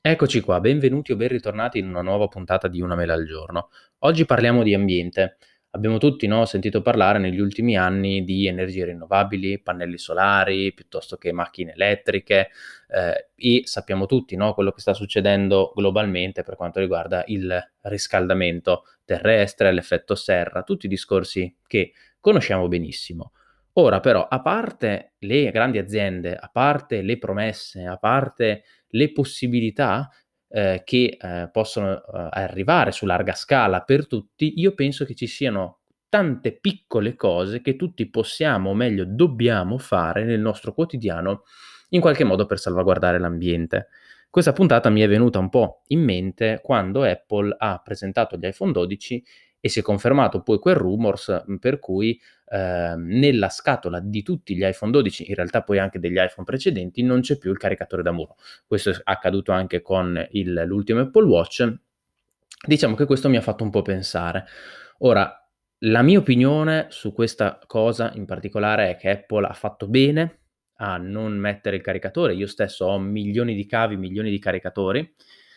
Eccoci qua, benvenuti o ben ritornati in una nuova puntata di Una mela al giorno. Oggi parliamo di ambiente. Abbiamo tutti, no, sentito parlare negli ultimi anni di energie rinnovabili, pannelli solari, piuttosto che macchine elettriche, e sappiamo tutti, no, quello che sta succedendo globalmente per quanto riguarda il riscaldamento terrestre, l'effetto serra, tutti i discorsi che conosciamo benissimo. Ora però, a parte le grandi aziende, a parte le promesse, a parte le possibilità, che, possono, arrivare su larga scala per tutti, io penso che ci siano tante piccole cose che tutti possiamo, o meglio dobbiamo fare nel nostro quotidiano, in qualche modo per salvaguardare l'ambiente. Questa puntata mi è venuta un po' in mente quando Apple ha presentato gli iPhone 12 e si è confermato poi quel rumors, per cui, nella scatola di tutti gli iPhone 12, in realtà poi anche degli iPhone precedenti, non c'è più il caricatore da muro. Questo è accaduto anche con l'ultimo Apple Watch. Diciamo che questo mi ha fatto un po' pensare. Ora, la mia opinione su questa cosa in particolare è che Apple ha fatto bene a non mettere il caricatore. Io stesso ho milioni di cavi, milioni di caricatori.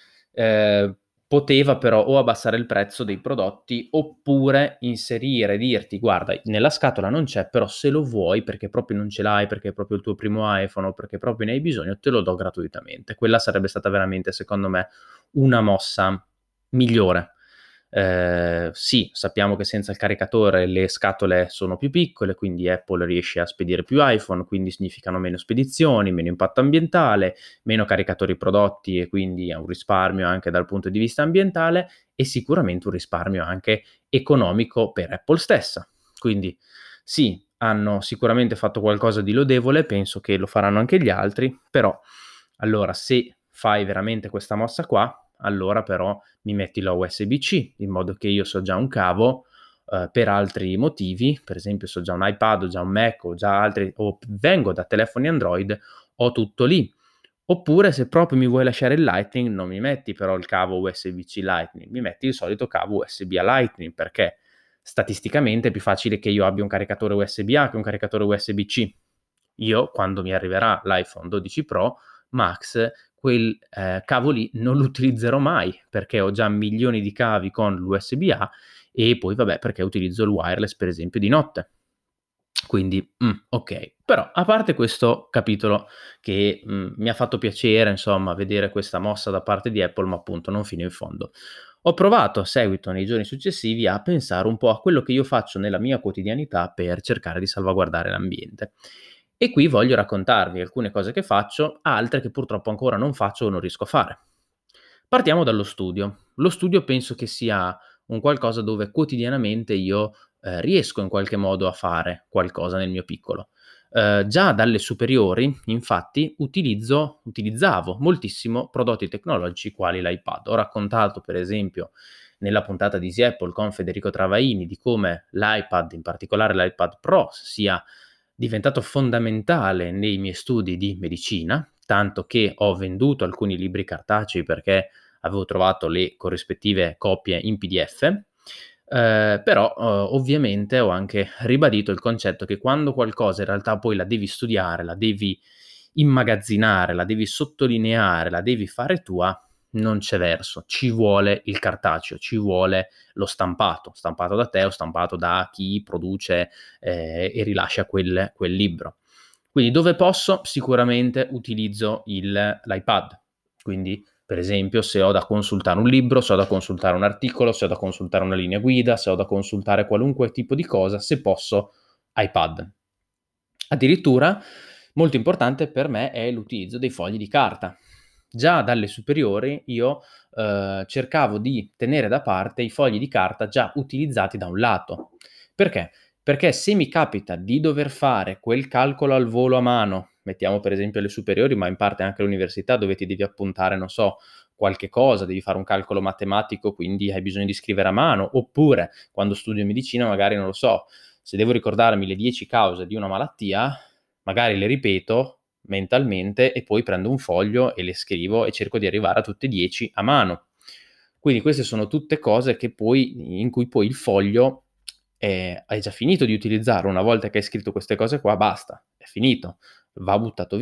Poteva però o abbassare il prezzo dei prodotti oppure inserire, dirti: "Guarda, nella scatola non c'è, però se lo vuoi perché proprio non ce l'hai, perché è proprio il tuo primo iPhone o perché proprio ne hai bisogno, te lo do gratuitamente." Quella sarebbe stata veramente, secondo me, una mossa migliore. Sì, sappiamo che senza il caricatore le scatole sono più piccole, quindi Apple riesce a spedire più iPhone, quindi significano meno spedizioni, meno impatto ambientale, meno caricatori prodotti e quindi un risparmio anche dal punto di vista ambientale e sicuramente un risparmio anche economico per Apple stessa. Quindi sì, hanno sicuramente fatto qualcosa di lodevole, penso che lo faranno anche gli altri, però allora se fai veramente questa mossa qua, allora però mi metti la USB-C, in modo che io so già un cavo, per altri motivi, per esempio se ho già un iPad, ho già un Mac, ho già altri o vengo da telefoni Android, ho tutto lì. Oppure se proprio mi vuoi lasciare il Lightning, non mi metti però il cavo USB-C Lightning, mi metti il solito cavo USB a Lightning, perché statisticamente è più facile che io abbia un caricatore USB-A che un caricatore USB-C. Io quando mi arriverà l'iPhone 12 Pro Max, quel, cavo lì non lo utilizzerò mai, perché ho già milioni di cavi con l'USB-A e poi vabbè perché utilizzo il wireless per esempio di notte. Quindi, okay. Però a parte questo capitolo che, mi ha fatto piacere insomma vedere questa mossa da parte di Apple, ma appunto non fino in fondo. Ho provato a seguito nei giorni successivi a pensare un po' a quello che io faccio nella mia quotidianità per cercare di salvaguardare l'ambiente. E qui voglio raccontarvi alcune cose che faccio, altre che purtroppo ancora non faccio o non riesco a fare. Partiamo dallo studio. Lo studio penso che sia un qualcosa dove quotidianamente io, riesco in qualche modo a fare qualcosa nel mio piccolo. Già dalle superiori infatti utilizzavo moltissimo prodotti tecnologici quali l'iPad. Ho raccontato per esempio nella puntata di Easy Apple con Federico Travaini di come l'iPad, in particolare l'iPad Pro, sia diventato fondamentale nei miei studi di medicina, tanto che ho venduto alcuni libri cartacei perché avevo trovato le corrispettive copie in PDF, però, ovviamente ho anche ribadito il concetto che quando qualcosa in realtà poi la devi studiare, la devi immagazzinare, la devi sottolineare, la devi fare tua, non c'è verso. Ci vuole il cartaceo, ci vuole lo stampato da te o stampato da chi produce, e rilascia quel libro. Quindi dove posso sicuramente utilizzo l'iPad. Quindi per esempio se ho da consultare un libro, se ho da consultare un articolo, se ho da consultare una linea guida, se ho da consultare qualunque tipo di cosa, se posso iPad. Addirittura molto importante per me è l'utilizzo dei fogli di carta. Già dalle superiori io, cercavo di tenere da parte i fogli di carta già utilizzati da un lato. Perché? Perché se mi capita di dover fare quel calcolo al volo a mano, mettiamo per esempio alle superiori, ma in parte anche all'università dove ti devi appuntare, non so, qualche cosa, devi fare un calcolo matematico, quindi hai bisogno di scrivere a mano, oppure quando studio medicina magari, non lo so, se devo ricordarmi le 10 cause di una malattia, magari le ripeto mentalmente e poi prendo un foglio e le scrivo e cerco di arrivare a tutte e 10 a mano. Quindi queste sono tutte cose che poi in cui poi il foglio, hai già finito di utilizzarlo. Una volta che hai scritto queste cose qua basta, è finito, va buttato via.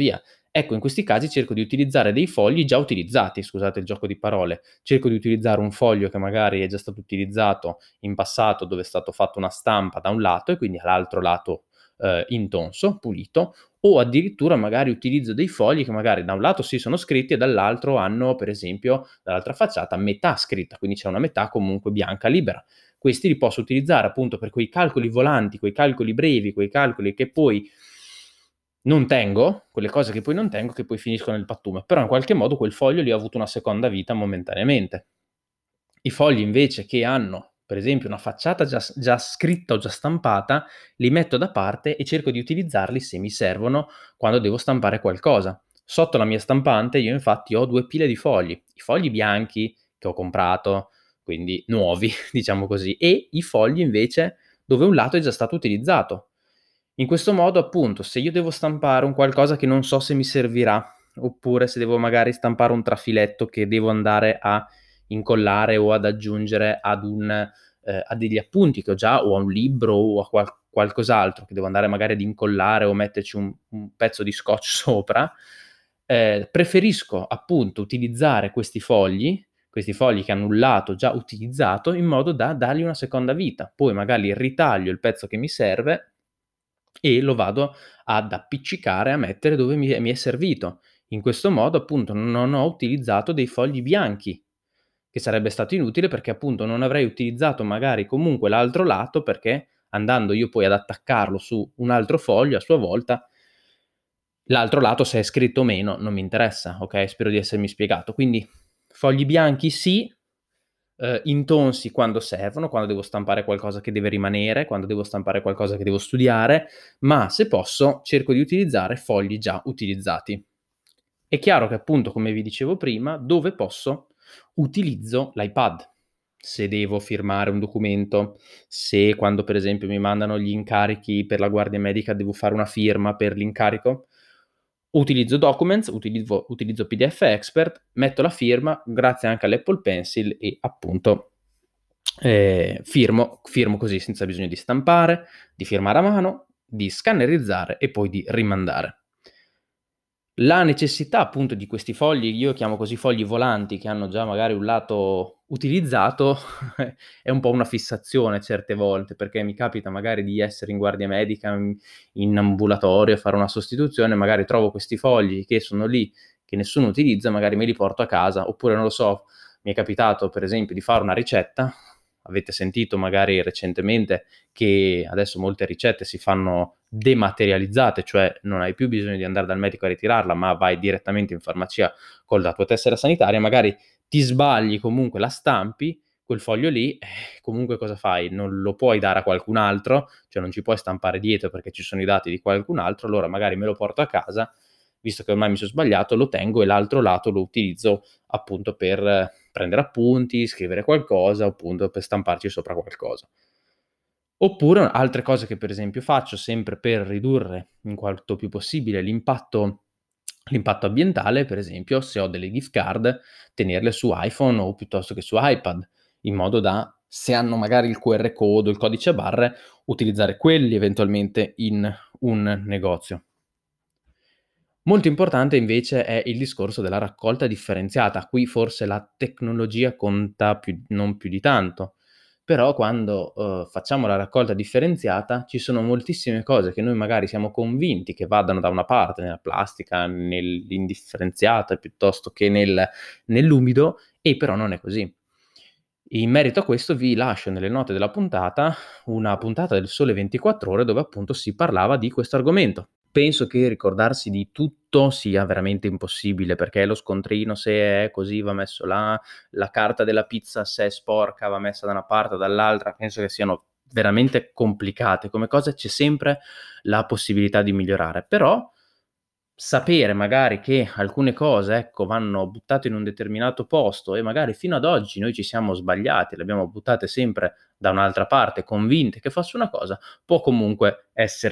Ecco, in questi casi cerco di utilizzare dei fogli già utilizzati, scusate il gioco di parole. Cerco di utilizzare un foglio che magari è già stato utilizzato in passato, dove è stato fatto una stampa da un lato e quindi all'altro lato, intonso, pulito, o addirittura magari utilizzo dei fogli che magari da un lato sì sono scritti e dall'altro hanno, per esempio, dall'altra facciata metà scritta, quindi c'è una metà comunque bianca libera. Questi li posso utilizzare appunto per quei calcoli volanti, quei calcoli brevi, quei calcoli che poi non tengo, quelle cose che poi non tengo, che poi finiscono nel pattume, però in qualche modo quel foglio lì ha avuto una seconda vita momentaneamente. I fogli invece che hanno, per esempio, una facciata già scritta o già stampata, li metto da parte e cerco di utilizzarli se mi servono quando devo stampare qualcosa. Sotto la mia stampante io infatti ho 2 pile di fogli, i fogli bianchi che ho comprato, quindi nuovi, diciamo così, e i fogli invece dove un lato è già stato utilizzato. In questo modo, appunto, se io devo stampare un qualcosa che non so se mi servirà, oppure se devo magari stampare un trafiletto che devo andare a incollare o ad aggiungere a degli appunti che ho già o a un libro o a qualcos'altro che devo andare magari ad incollare o metterci un pezzo di scotch sopra, preferisco appunto utilizzare questi fogli che hanno un lato già utilizzato in modo da dargli una seconda vita. Poi magari ritaglio il pezzo che mi serve e lo vado ad appiccicare, a mettere dove mi è servito. In questo modo, appunto, non ho utilizzato dei fogli bianchi, che sarebbe stato inutile perché, appunto, non avrei utilizzato magari comunque l'altro lato perché andando io poi ad attaccarlo su un altro foglio a sua volta, l'altro lato se è scritto o meno non mi interessa, okay, spero di essermi spiegato. Quindi fogli bianchi sì, intonsi quando servono, quando devo stampare qualcosa che deve rimanere, quando devo stampare qualcosa che devo studiare, ma se posso cerco di utilizzare fogli già utilizzati. È chiaro che appunto, come vi dicevo prima, dove posso utilizzo l'iPad. Se devo firmare un documento, se quando per esempio mi mandano gli incarichi per la guardia medica devo fare una firma per l'incarico, utilizzo Documents, utilizzo PDF Expert, metto la firma, grazie anche all'Apple Pencil e appunto, firmo così senza bisogno di stampare, di firmare a mano, di scannerizzare e poi di rimandare. La necessità appunto di questi fogli, io chiamo così fogli volanti, che hanno già magari un lato utilizzato, è un po' una fissazione certe volte, perché mi capita magari di essere in guardia medica, in ambulatorio a fare una sostituzione, magari trovo questi fogli che sono lì, che nessuno utilizza, magari me li porto a casa, oppure non lo so, mi è capitato per esempio di fare una ricetta, avete sentito magari recentemente che adesso molte ricette si fanno dematerializzate, cioè non hai più bisogno di andare dal medico a ritirarla, ma vai direttamente in farmacia con la tua tessera sanitaria, magari ti sbagli, comunque la stampi, quel foglio lì, comunque cosa fai? Non lo puoi dare a qualcun altro, cioè non ci puoi stampare dietro perché ci sono i dati di qualcun altro, allora magari me lo porto a casa, visto che ormai mi sono sbagliato, lo tengo e l'altro lato lo utilizzo appunto per prendere appunti, scrivere qualcosa, appunto per stamparci sopra qualcosa. Oppure altre cose che per esempio faccio, sempre per ridurre in quanto più possibile l'impatto ambientale, per esempio se ho delle gift card, tenerle su iPhone o piuttosto che su iPad, in modo da, se hanno magari il QR code o il codice a barre, utilizzare quelli eventualmente in un negozio. Molto importante invece è il discorso della raccolta differenziata. Qui forse la tecnologia conta non più di tanto, però quando, facciamo la raccolta differenziata ci sono moltissime cose che noi magari siamo convinti che vadano da una parte, nella plastica, nell'indifferenziata piuttosto che nell'umido, e però non è così. In merito a questo vi lascio nelle note della puntata una puntata del Sole 24 Ore dove appunto si parlava di questo argomento. Penso che ricordarsi di tutto sia veramente impossibile, perché lo scontrino se è così va messo là, la carta della pizza se è sporca va messa da una parte o dall'altra, penso che siano veramente complicate come cose, c'è sempre la possibilità di migliorare. Però sapere magari che alcune cose, ecco, vanno buttate in un determinato posto e magari fino ad oggi noi ci siamo sbagliati, le abbiamo buttate sempre da un'altra parte, convinte che fosse una cosa, può comunque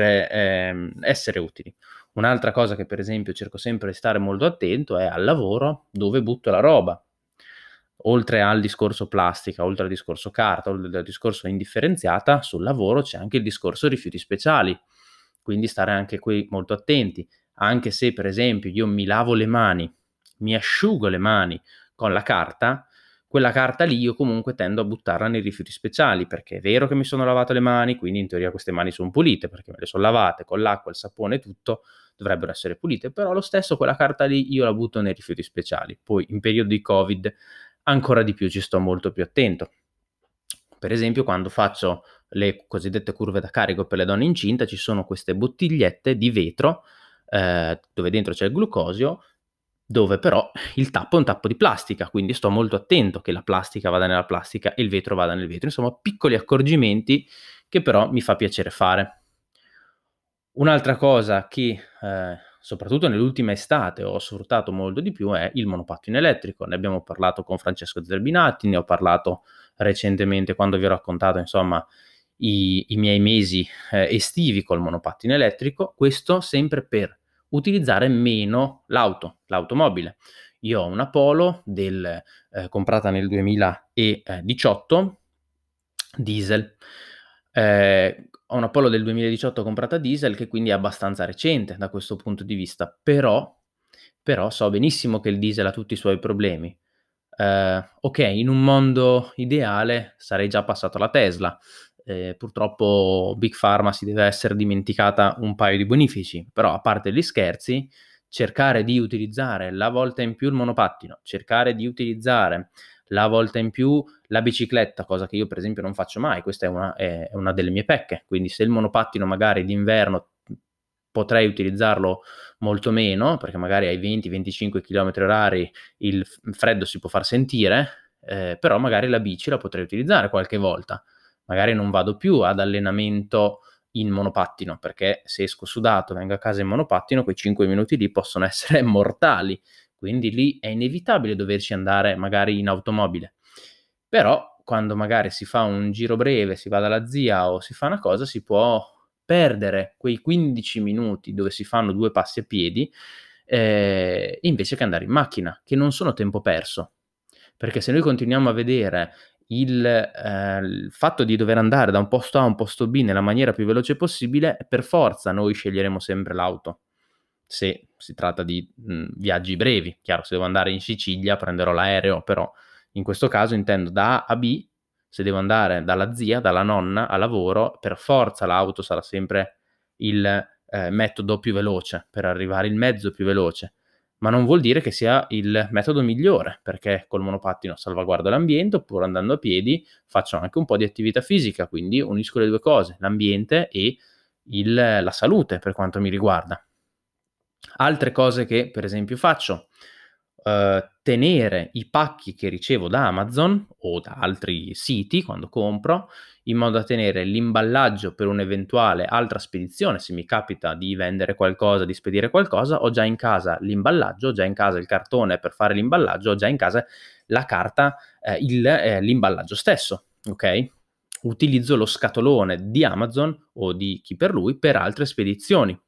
essere utili. Un'altra cosa che per esempio cerco sempre di stare molto attento è al lavoro dove butto la roba. Oltre al discorso plastica, oltre al discorso carta, oltre al discorso indifferenziata, sul lavoro c'è anche il discorso rifiuti speciali, quindi stare anche qui molto attenti. anche se per esempio io mi lavo le mani, mi asciugo le mani con la carta, quella carta lì io comunque tendo a buttarla nei rifiuti speciali, perché è vero che mi sono lavato le mani, quindi in teoria queste mani son pulite, perché me le son lavate con l'acqua, il sapone e tutto, dovrebbero essere pulite, però lo stesso quella carta lì io la butto nei rifiuti speciali. Poi in periodo di Covid ancora di più ci sto molto più attento. Per esempio quando faccio le cosiddette curve da carico per le donne incinte, ci sono queste bottigliette di vetro, dove dentro c'è il glucosio, dove però il tappo è un tappo di plastica, quindi sto molto attento che la plastica vada nella plastica e il vetro vada nel vetro. Insomma, piccoli accorgimenti che però mi fa piacere fare. Un'altra cosa che, soprattutto nell'ultima estate ho sfruttato molto di più è il monopattino elettrico. Ne abbiamo parlato con Francesco Zerbinatti, ne ho parlato recentemente quando vi ho raccontato insomma i miei mesi, estivi col monopattino elettrico, questo sempre per utilizzare meno l'automobile. Io ho una Polo comprata nel 2018 diesel. Ho una Polo del 2018 comprata diesel che quindi è abbastanza recente da questo punto di vista, però so benissimo che il diesel ha tutti i suoi problemi. Okay, in un mondo ideale sarei già passato alla Tesla. Purtroppo Big Pharma si deve essere dimenticata un paio di bonifici, però a parte gli scherzi, cercare di utilizzare la volta in più il monopattino, cercare di utilizzare la volta in più la bicicletta, cosa che io per esempio non faccio mai, questa è una delle mie pecche, quindi se il monopattino magari d'inverno potrei utilizzarlo molto meno, perché magari ai 20, 25 chilometri orari il freddo si può far sentire, però magari la bici la potrei utilizzare qualche volta. Magari non vado più ad allenamento in monopattino, perché se esco sudato, vengo a casa in monopattino, quei 5 minuti lì possono essere mortali, quindi lì è inevitabile doverci andare magari in automobile. Però quando magari si fa un giro breve, si va dalla zia o si fa una cosa, si può perdere quei 15 minuti dove si fanno 2 passi a piedi, invece che andare in macchina, che non sono tempo perso. Perché se noi continuiamo a vedere il fatto di dover andare da un posto A a un posto B nella maniera più veloce possibile, per forza noi sceglieremo sempre l'auto. Se si tratta di, viaggi brevi. Chiaro, se devo andare in Sicilia prenderò l'aereo, però in questo caso intendo da A a B, se devo andare dalla zia, dalla nonna a lavoro, per forza l'auto sarà sempre il, metodo più veloce per arrivare, il mezzo più veloce, ma non vuol dire che sia il metodo migliore, perché col monopattino salvaguardo l'ambiente, oppure andando a piedi faccio anche un po' di attività fisica, quindi unisco le 2 cose, l'ambiente e la salute per quanto mi riguarda. Altre cose che per esempio faccio: tenere i pacchi che ricevo da Amazon o da altri siti quando compro, in modo da tenere l'imballaggio per un'eventuale altra spedizione, se mi capita di vendere qualcosa, di spedire qualcosa, ho già in casa l'imballaggio, ho già in casa il cartone per fare l'imballaggio, ho già in casa la carta, l'imballaggio stesso, okay? Utilizzo lo scatolone di Amazon o di chi per lui per altre spedizioni.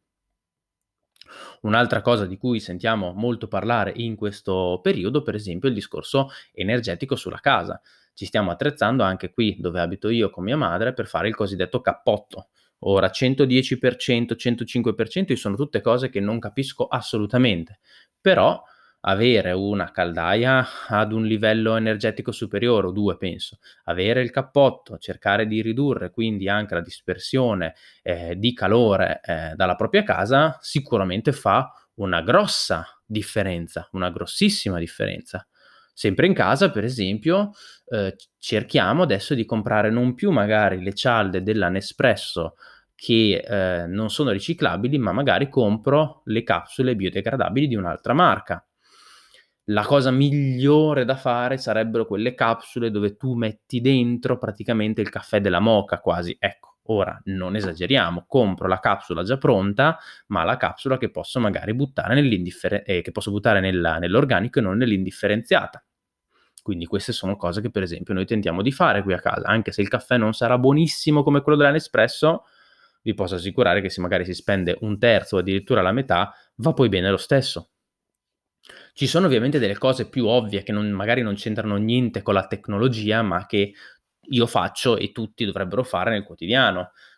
Un'altra cosa di cui sentiamo molto parlare in questo periodo, per esempio, è il discorso energetico sulla casa. Ci stiamo attrezzando anche qui, dove abito io con mia madre, per fare il cosiddetto cappotto. Ora, 110%, 105%, sono tutte cose che non capisco assolutamente, però avere una caldaia ad un livello energetico superiore, o 2 penso, avere il cappotto, cercare di ridurre quindi anche la dispersione di calore, dalla propria casa, sicuramente fa una grossa differenza, una grossissima differenza. Sempre in casa, per esempio, cerchiamo adesso di comprare non più magari le cialde della Nespresso che, non sono riciclabili, ma magari compro le capsule biodegradabili di un'altra marca. La cosa migliore da fare sarebbero quelle capsule dove tu metti dentro praticamente il caffè della moka quasi. Ecco, ora non esageriamo, compro la capsula già pronta, ma la capsula che posso magari buttare che posso buttare nell'organico e non nell'indifferenziata. Quindi queste sono cose che per esempio noi tentiamo di fare qui a casa, anche se il caffè non sarà buonissimo come quello della Nespresso, vi posso assicurare che se magari si spende un terzo o addirittura la metà, va poi bene lo stesso. Ci sono ovviamente delle cose più ovvie che magari non c'entrano niente con la tecnologia, ma che io faccio e tutti dovrebbero fare nel quotidiano.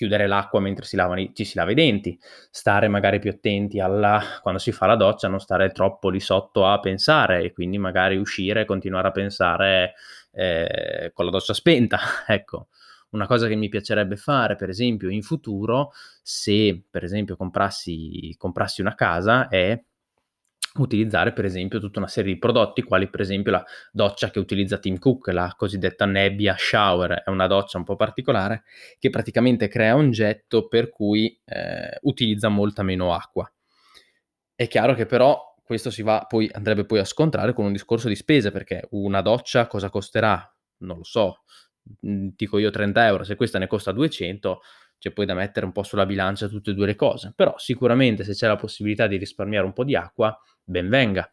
chiudere l'acqua mentre ci si lava i denti, stare magari più attenti quando si fa la doccia, non stare troppo lì sotto a pensare e quindi magari uscire e continuare a pensare, con la doccia spenta, ecco. Una cosa che mi piacerebbe fare, per esempio, in futuro, se per esempio comprassi una casa, è utilizzare per esempio tutta una serie di prodotti, quali per esempio la doccia che utilizza Tim Cook, la cosiddetta Nebbia Shower. È una doccia un po' particolare che praticamente crea un getto per cui, utilizza molta meno acqua. È chiaro che però questo andrebbe poi a scontrare con un discorso di spese, perché una doccia cosa costerà? Non lo so, dico io 30 €, se questa ne costa 200 c'è poi da mettere un po' sulla bilancia tutte e 2 le cose, però sicuramente se c'è la possibilità di risparmiare un po' di acqua, ben venga.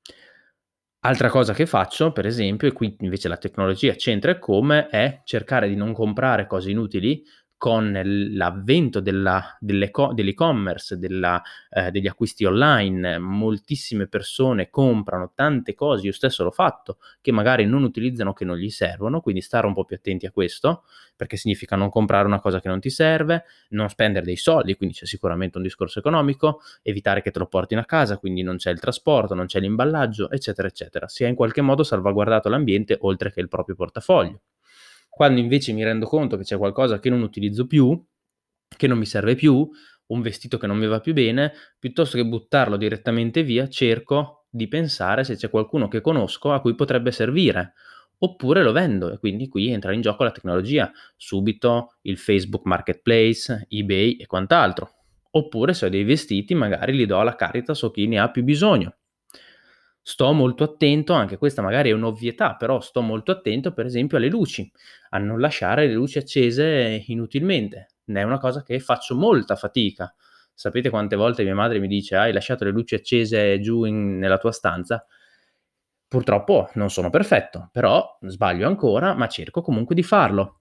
Altra cosa che faccio, per esempio, e qui invece la tecnologia c'entra eccome, è cercare di non comprare cose inutili. Con l'avvento dell'e-commerce, degli acquisti online, moltissime persone comprano tante cose, io stesso l'ho fatto, che magari non utilizzano, che non gli servono, quindi stare un po' più attenti a questo, perché significa non comprare una cosa che non ti serve, non spendere dei soldi, quindi c'è sicuramente un discorso economico, evitare che te lo portino a casa, quindi non c'è il trasporto, non c'è l'imballaggio, eccetera, eccetera. Si è in qualche modo salvaguardato l'ambiente oltre che il proprio portafoglio. Quando invece mi rendo conto che c'è qualcosa che non utilizzo più, che non mi serve più, un vestito che non mi va più bene, piuttosto che buttarlo direttamente via, cerco di pensare se c'è qualcuno che conosco a cui potrebbe servire, oppure lo vendo e quindi qui entra in gioco la tecnologia, subito il Facebook Marketplace, eBay e quant'altro. Oppure se ho dei vestiti magari li do alla Caritas o chi ne ha più bisogno. Sto molto attento, anche questa magari è un'ovvietà, però sto molto attento per esempio alle luci, a non lasciare le luci accese inutilmente. È una cosa che faccio molta fatica. Sapete quante volte mia madre mi dice: "Hai lasciato le luci accese giù nella tua stanza?" Purtroppo non sono perfetto, però sbaglio ancora, ma cerco comunque di farlo.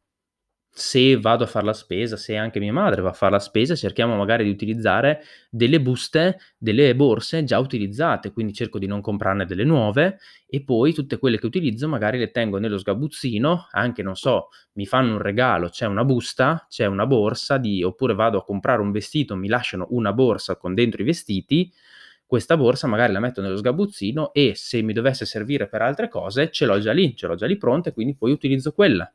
Se vado a far la spesa, se anche mia madre va a far la spesa, cerchiamo magari di utilizzare delle buste, delle borse già utilizzate, quindi cerco di non comprarne delle nuove e poi tutte quelle che utilizzo magari le tengo nello sgabuzzino, anche non so, mi fanno un regalo, c'è una busta, c'è una borsa oppure vado a comprare un vestito, mi lasciano una borsa con dentro i vestiti, questa borsa magari la metto nello sgabuzzino e se mi dovesse servire per altre cose ce l'ho già lì pronta e quindi poi utilizzo quella.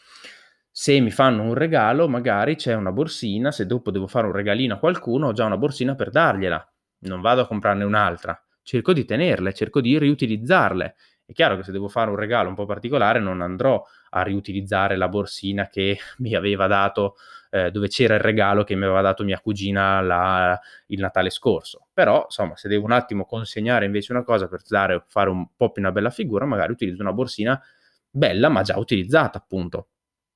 Se mi fanno un regalo, magari c'è una borsina, se dopo devo fare un regalino a qualcuno, ho già una borsina per dargliela. Non vado a comprarne un'altra. Cerco di tenerle, cerco di riutilizzarle. È chiaro che se devo fare un regalo un po' particolare non andrò a riutilizzare la borsina che mi aveva dato, dove c'era il regalo che mi aveva dato mia cugina il Natale scorso. Però, insomma, se devo un attimo consegnare invece una cosa per fare un po' più una bella figura, magari utilizzo una borsina bella ma già utilizzata, appunto.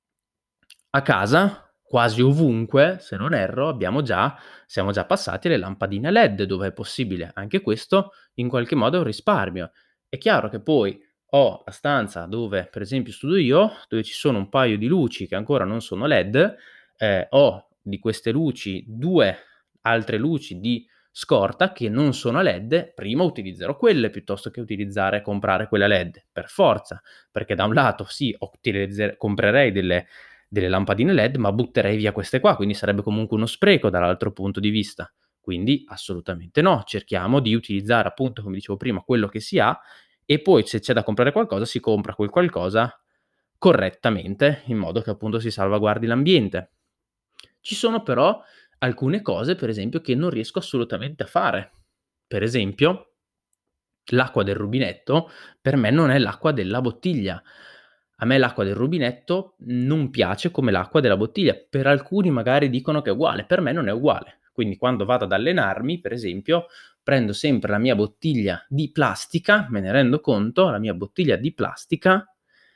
A casa, quasi ovunque, se non erro, siamo già passati alle lampadine LED, dove è possibile anche questo in qualche modo è un risparmio. È chiaro che poi ho la stanza dove, per esempio, studio io, dove ci sono un paio di luci che ancora non sono LED, ho di queste luci 2 altre luci di scorta che non sono a LED, prima utilizzerò quelle piuttosto che comprare quelle a LED, per forza, perché da un lato sì, comprerei delle lampadine LED, ma butterei via queste qua, quindi sarebbe comunque uno spreco dall'altro punto di vista. Quindi assolutamente no, cerchiamo di utilizzare appunto, come dicevo prima, quello che si ha e poi se c'è da comprare qualcosa, si compra quel qualcosa correttamente, in modo che appunto si salvaguardi l'ambiente. Ci sono però alcune cose, per esempio, che non riesco assolutamente a fare. Per esempio, l'acqua del rubinetto per me non è l'acqua della bottiglia. A me l'acqua del rubinetto non piace come l'acqua della bottiglia. Per alcuni magari dicono che è uguale, per me non è uguale. Quindi quando vado ad allenarmi, per esempio, prendo sempre la mia bottiglia di plastica, me ne rendo conto, la mia bottiglia di plastica,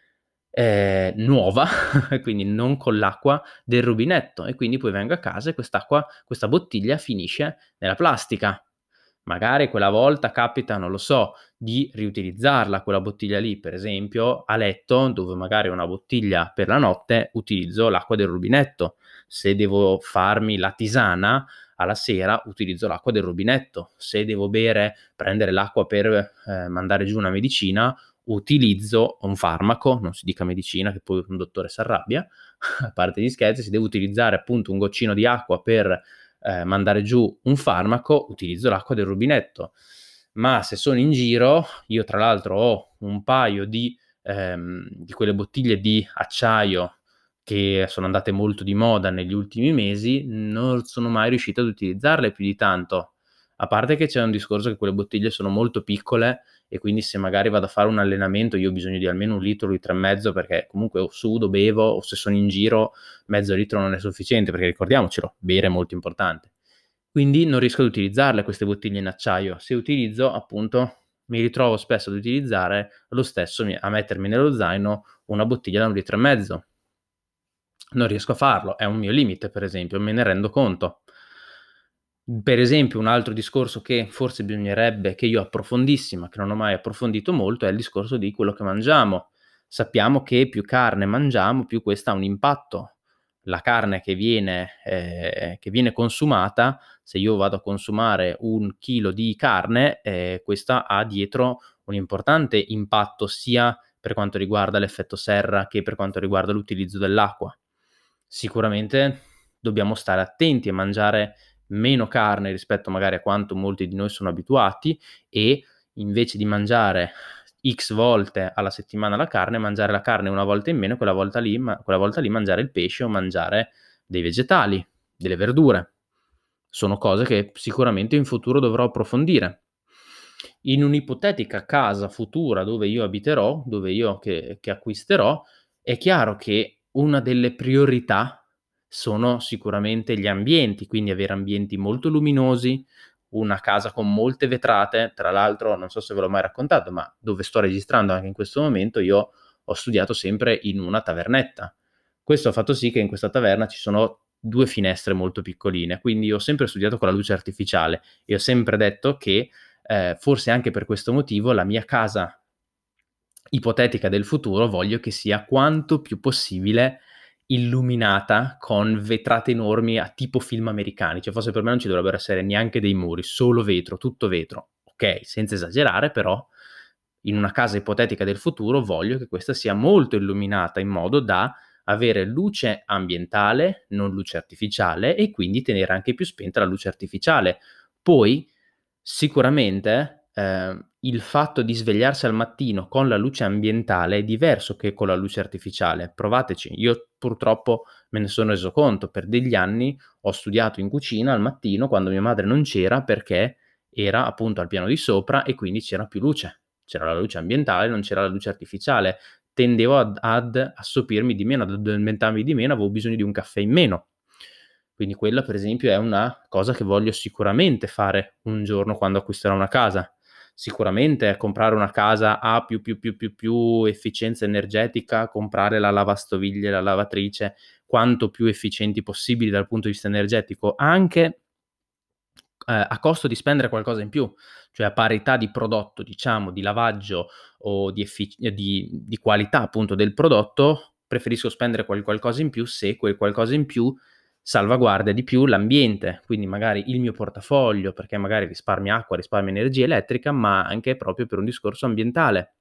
nuova, quindi non con l'acqua del rubinetto e quindi poi vengo a casa e questa bottiglia finisce nella plastica. Magari quella volta capita, non lo so, di riutilizzarla quella bottiglia lì, per esempio a letto, dove magari ho una bottiglia per la notte, utilizzo l'acqua del rubinetto. Se devo farmi la tisana alla sera, utilizzo l'acqua del rubinetto. Se devo prendere l'acqua per, mandare giù una medicina, utilizzo un farmaco, non si dica medicina che poi un dottore s'arrabbia, a parte gli scherzi, se devo utilizzare appunto un goccino di acqua per mandare giù un farmaco, utilizzo l'acqua del rubinetto. Ma se sono in giro, io tra l'altro ho un paio di quelle bottiglie di acciaio che sono andate molto di moda negli ultimi mesi, non sono mai riuscito ad utilizzarle più di tanto. A parte che c'è un discorso che quelle bottiglie sono molto piccole e quindi se magari vado a fare un allenamento io ho bisogno di almeno 1 litro, litro e mezzo, perché comunque o sudo, bevo, o se sono in giro mezzo litro non è sufficiente, perché ricordiamocelo, bere è molto importante. Quindi non riesco ad utilizzarle queste bottiglie in acciaio. Se utilizzo, appunto, mi ritrovo spesso ad utilizzare lo stesso a mettermi nello zaino una bottiglia da 1 litro e mezzo. Non riesco a farlo, è un mio limite per esempio, me ne rendo conto. Per esempio un altro discorso che forse bisognerebbe che io approfondissi, ma che non ho mai approfondito molto, è il discorso di quello che mangiamo. Sappiamo che più carne mangiamo, più questa ha un impatto. La carne che viene consumata, se io vado a consumare 1 chilo di carne, questa ha dietro un importante impatto, sia per quanto riguarda l'effetto serra che per quanto riguarda l'utilizzo dell'acqua. Sicuramente dobbiamo stare attenti a mangiare meno carne rispetto magari a quanto molti di noi sono abituati e invece di mangiare X volte alla settimana la carne, mangiare la carne una volta in meno, quella volta lì mangiare il pesce o mangiare dei vegetali, delle verdure. Sono cose che sicuramente in futuro dovrò approfondire. In un'ipotetica casa futura dove io abiterò, dove io che acquisterò, è chiaro che una delle priorità sono sicuramente gli ambienti, quindi avere ambienti molto luminosi, una casa con molte vetrate. Tra l'altro, non so se ve l'ho mai raccontato, ma dove sto registrando anche in questo momento, io ho studiato sempre in una tavernetta. Questo ha fatto sì che in questa taverna ci sono 2 finestre molto piccoline, quindi ho sempre studiato con la luce artificiale e ho sempre detto che, forse anche per questo motivo la mia casa ipotetica del futuro voglio che sia quanto più possibile illuminata con vetrate enormi a tipo film americani, cioè forse per me non ci dovrebbero essere neanche dei muri, solo vetro, tutto vetro. Okay, senza esagerare però, in una casa ipotetica del futuro voglio che questa sia molto illuminata in modo da avere luce ambientale, non luce artificiale, e quindi tenere anche più spenta la luce artificiale. Poi sicuramente, il fatto di svegliarsi al mattino con la luce ambientale è diverso che con la luce artificiale. Provateci. Io purtroppo me ne sono reso conto. Per degli anni ho studiato in cucina al mattino quando mia madre non c'era, perché era appunto al piano di sopra e quindi c'era più luce. C'era la luce ambientale, non c'era la luce artificiale. Tendevo ad assopirmi di meno, ad addormentarmi di meno, avevo bisogno di un caffè in meno. Quindi quella per esempio è una cosa che voglio sicuramente fare un giorno quando acquisterò una casa. Sicuramente comprare una casa a più efficienza energetica, comprare la lavastoviglie, la lavatrice, quanto più efficienti possibili dal punto di vista energetico, anche a costo di spendere qualcosa in più, cioè a parità di prodotto, diciamo, di lavaggio o di qualità appunto del prodotto, preferisco spendere qualcosa in più se quel qualcosa in più salvaguardia di più l'ambiente, quindi magari il mio portafoglio, perché magari risparmia acqua, risparmia energia elettrica, ma anche proprio per un discorso ambientale.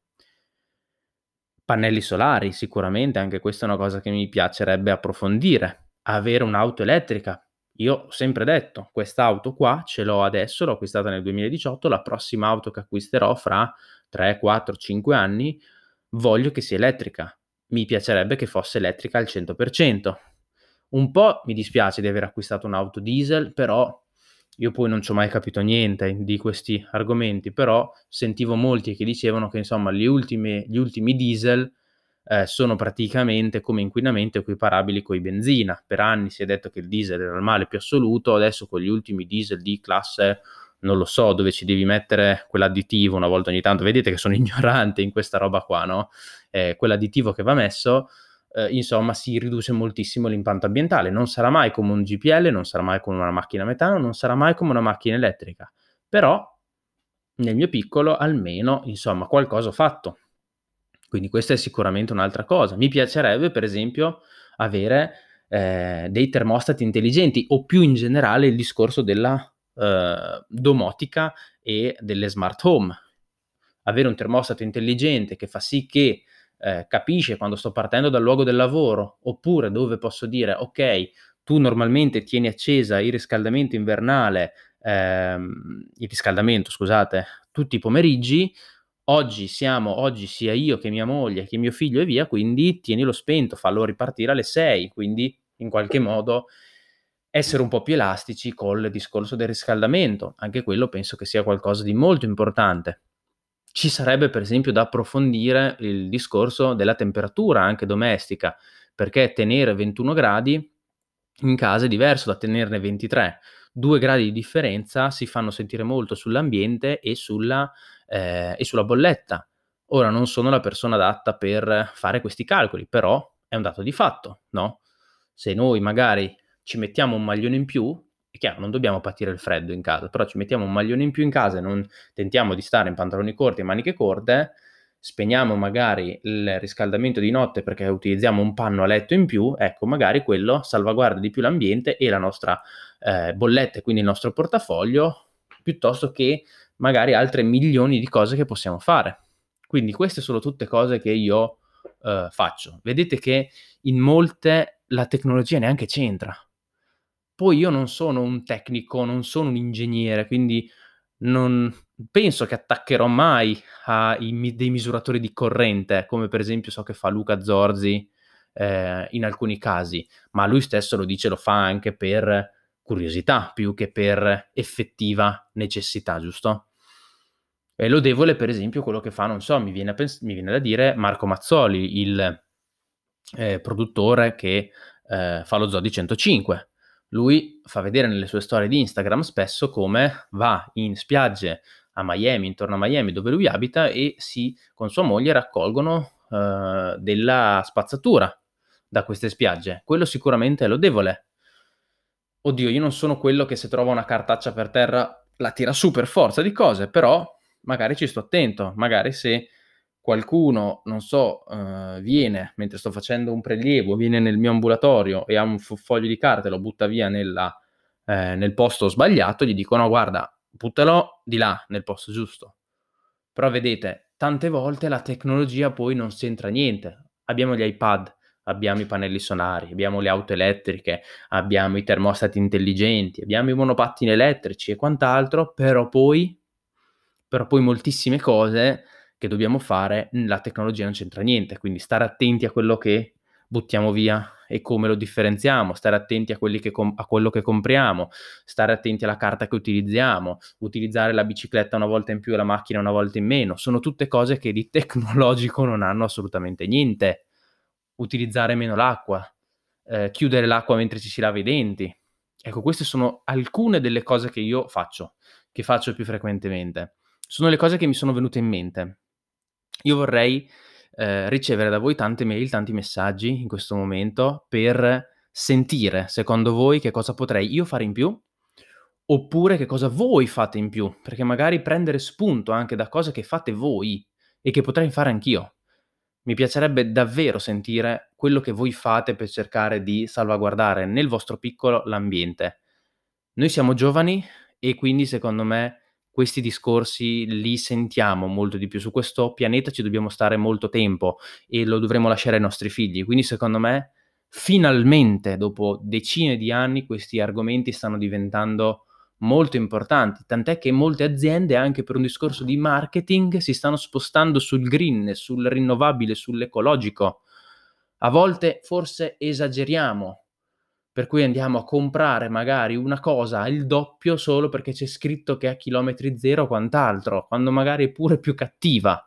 Pannelli solari, sicuramente, anche questa è una cosa che mi piacerebbe approfondire. Avere un'auto elettrica. Io ho sempre detto: quest'auto qua ce l'ho adesso, l'ho acquistata nel 2018, la prossima auto che acquisterò fra 3, 4, 5 anni voglio che sia elettrica. Mi piacerebbe che fosse elettrica al 100%. Un po' mi dispiace di aver acquistato un'auto diesel, però io poi non c'ho mai capito niente di questi argomenti, però sentivo molti che dicevano che insomma gli ultimi diesel, sono praticamente come inquinamento equiparabili coi benzina. Per anni si è detto che il diesel era il male più assoluto, adesso con gli ultimi diesel di classe, non lo so, dove ci devi mettere quell'additivo una volta ogni tanto, vedete che sono ignorante in questa roba qua, no, quell'additivo che va messo, insomma si riduce moltissimo l'impatto ambientale. Non sarà mai come un GPL, non sarà mai come una macchina a metano, non sarà mai come una macchina elettrica, però nel mio piccolo almeno, insomma, qualcosa ho fatto. Quindi questa è sicuramente un'altra cosa. Mi piacerebbe per esempio avere, dei termostati intelligenti o più in generale il discorso della, domotica e delle smart home. avere un termostato intelligente che fa sì che, capisce quando sto partendo dal luogo del lavoro, oppure dove posso dire: "Okay, tu normalmente tieni accesa il riscaldamento scusate, tutti i pomeriggi, oggi sia io che mia moglie che mio figlio e via, quindi tienilo spento, fallo ripartire alle 6". Quindi in qualche modo essere un po' più elastici col discorso del riscaldamento. Anche quello penso che sia qualcosa di molto importante. Ci sarebbe per esempio da approfondire il discorso della temperatura anche domestica, perché tenere 21 gradi in casa è diverso da tenerne 23. 2 gradi di differenza si fanno sentire molto sull'ambiente e sulla bolletta. Ora non sono la persona adatta per fare questi calcoli, però è un dato di fatto, no, se noi magari ci mettiamo un maglione in più, è chiaro non dobbiamo patire il freddo in casa, però ci mettiamo un maglione in più in casa e non tentiamo di stare in pantaloni corti e maniche corte, spegniamo magari il riscaldamento di notte perché utilizziamo un panno a letto in più, ecco magari quello salvaguarda di più l'ambiente e la nostra, bolletta e quindi il nostro portafoglio, piuttosto che magari altre milioni di cose che possiamo fare. Quindi queste sono tutte cose che io, faccio. Vedete che in molte la tecnologia neanche c'entra. Poi io non sono un tecnico, non sono un ingegnere, quindi non penso che attaccherò mai ai dei misuratori di corrente, come per esempio so che fa Luca Zorzi, in alcuni casi, ma lui stesso lo dice, lo fa anche per curiosità, più che per effettiva necessità, giusto? È lodevole per esempio quello che fa, non so, mi viene da dire Marco Mazzoli, il, produttore che, fa lo Zoo di 105. Lui fa vedere nelle sue storie di Instagram spesso come va in spiagge a Miami, intorno a Miami dove lui abita e con sua moglie raccolgono, della spazzatura da queste spiagge. Quello sicuramente è lodevole. Oddio, io non sono quello che se trova una cartaccia per terra la tira su per forza di cose, però magari ci sto attento. Magari se qualcuno, non so, viene mentre sto facendo un prelievo, viene nel mio ambulatorio e ha un foglio di carta e lo butta via nel posto sbagliato, gli dico: "No guarda, buttalo di là, nel posto giusto". Però vedete, tante volte la tecnologia poi non c'entra niente. Abbiamo gli iPad, abbiamo i pannelli solari, abbiamo le auto elettriche, abbiamo i termostati intelligenti, abbiamo i monopattini elettrici e quant'altro, però poi moltissime cose che dobbiamo fare, la tecnologia non c'entra niente, quindi stare attenti a quello che buttiamo via e come lo differenziamo, stare attenti a quello che compriamo, stare attenti alla carta che utilizziamo, utilizzare la bicicletta una volta in più e la macchina una volta in meno. Sono tutte cose che di tecnologico non hanno assolutamente niente. Utilizzare meno l'acqua, chiudere l'acqua mentre ci si lava i denti. Ecco, queste sono alcune delle cose che faccio più frequentemente. Sono le cose che mi sono venute in mente. Io vorrei, ricevere da voi tante mail, tanti messaggi in questo momento per sentire, secondo voi, che cosa potrei io fare in più, oppure che cosa voi fate in più, perché magari prendere spunto anche da cose che fate voi e che potrei fare anch'io. Mi piacerebbe davvero sentire quello che voi fate per cercare di salvaguardare nel vostro piccolo l'ambiente. Noi siamo giovani e quindi secondo me questi discorsi li sentiamo molto di più. Su questo pianeta ci dobbiamo stare molto tempo e lo dovremo lasciare ai nostri figli. Quindi secondo me finalmente dopo decine di anni questi argomenti stanno diventando molto importanti, tant'è che molte aziende anche per un discorso di marketing si stanno spostando sul green, sul rinnovabile, sull'ecologico. A volte forse esageriamo, per cui andiamo a comprare magari una cosa il doppio solo perché c'è scritto che è a chilometri zero o quant'altro, quando magari è pure più cattiva.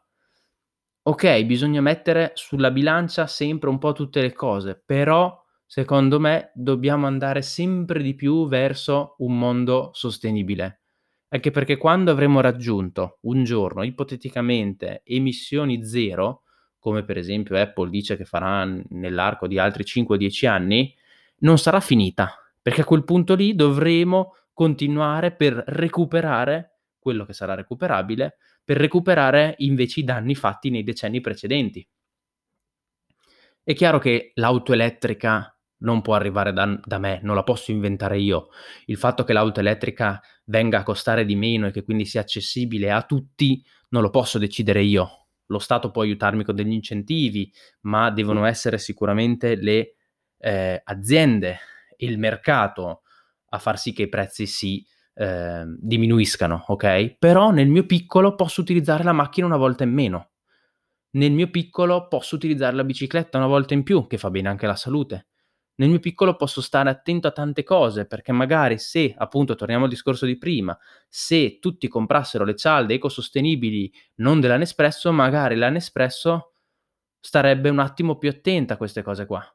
Okay, bisogna mettere sulla bilancia sempre un po' tutte le cose, però secondo me dobbiamo andare sempre di più verso un mondo sostenibile. Anche perché quando avremo raggiunto un giorno, ipoteticamente, emissioni zero, come per esempio Apple dice che farà nell'arco di altri 5 o 10 anni, non sarà finita, perché a quel punto lì dovremo continuare per recuperare quello che sarà recuperabile, per recuperare invece i danni fatti nei decenni precedenti. È chiaro che l'auto elettrica non può arrivare da me, non la posso inventare io. Il fatto che l'auto elettrica venga a costare di meno e che quindi sia accessibile a tutti, non lo posso decidere io. Lo Stato può aiutarmi con degli incentivi, ma devono essere sicuramente le, aziende e il mercato a far sì che i prezzi diminuiscano, okay, però nel mio piccolo posso utilizzare la macchina una volta in meno. Nel mio piccolo posso utilizzare la bicicletta una volta in più, che fa bene anche alla salute. Nel mio piccolo posso stare attento a tante cose, perché magari se, appunto, torniamo al discorso di prima, se tutti comprassero le cialde ecosostenibili, non della Nespresso, magari la Nespresso starebbe un attimo più attenta a queste cose qua.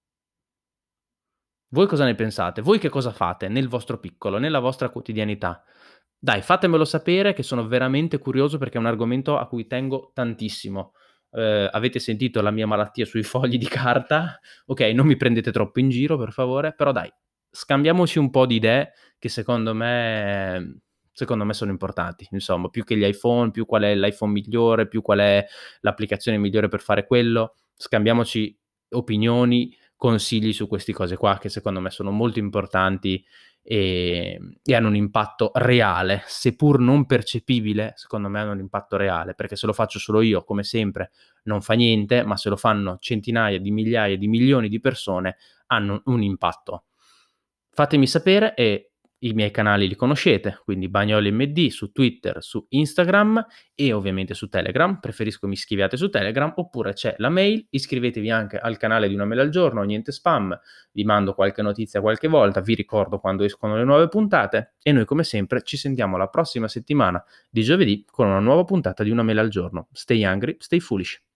Voi cosa ne pensate? Voi che cosa fate nel vostro piccolo, nella vostra quotidianità? Dai, fatemelo sapere che sono veramente curioso perché è un argomento a cui tengo tantissimo. Avete sentito la mia malattia sui fogli di carta, okay, non mi prendete troppo in giro per favore, però dai, scambiamoci un po' di idee che secondo me sono importanti. Insomma, più che gli iPhone, più qual è l'iPhone migliore, più qual è l'applicazione migliore per fare quello, scambiamoci opinioni, consigli su questi cose qua che secondo me sono molto importanti e hanno un impatto reale, seppur non percepibile, secondo me hanno un impatto reale, perché se lo faccio solo io, come sempre, non fa niente, ma se lo fanno centinaia di migliaia di milioni di persone, hanno un impatto. Fatemi sapere e i miei canali li conoscete, quindi Bagnoli MD su Twitter, su Instagram e ovviamente su Telegram. Preferisco mi scriviate su Telegram, oppure c'è la mail, iscrivetevi anche al canale di Una Mela al Giorno, niente spam, vi mando qualche notizia qualche volta, vi ricordo quando escono le nuove puntate e noi come sempre ci sentiamo la prossima settimana di giovedì con una nuova puntata di Una Mela al Giorno. Stay hungry, stay foolish.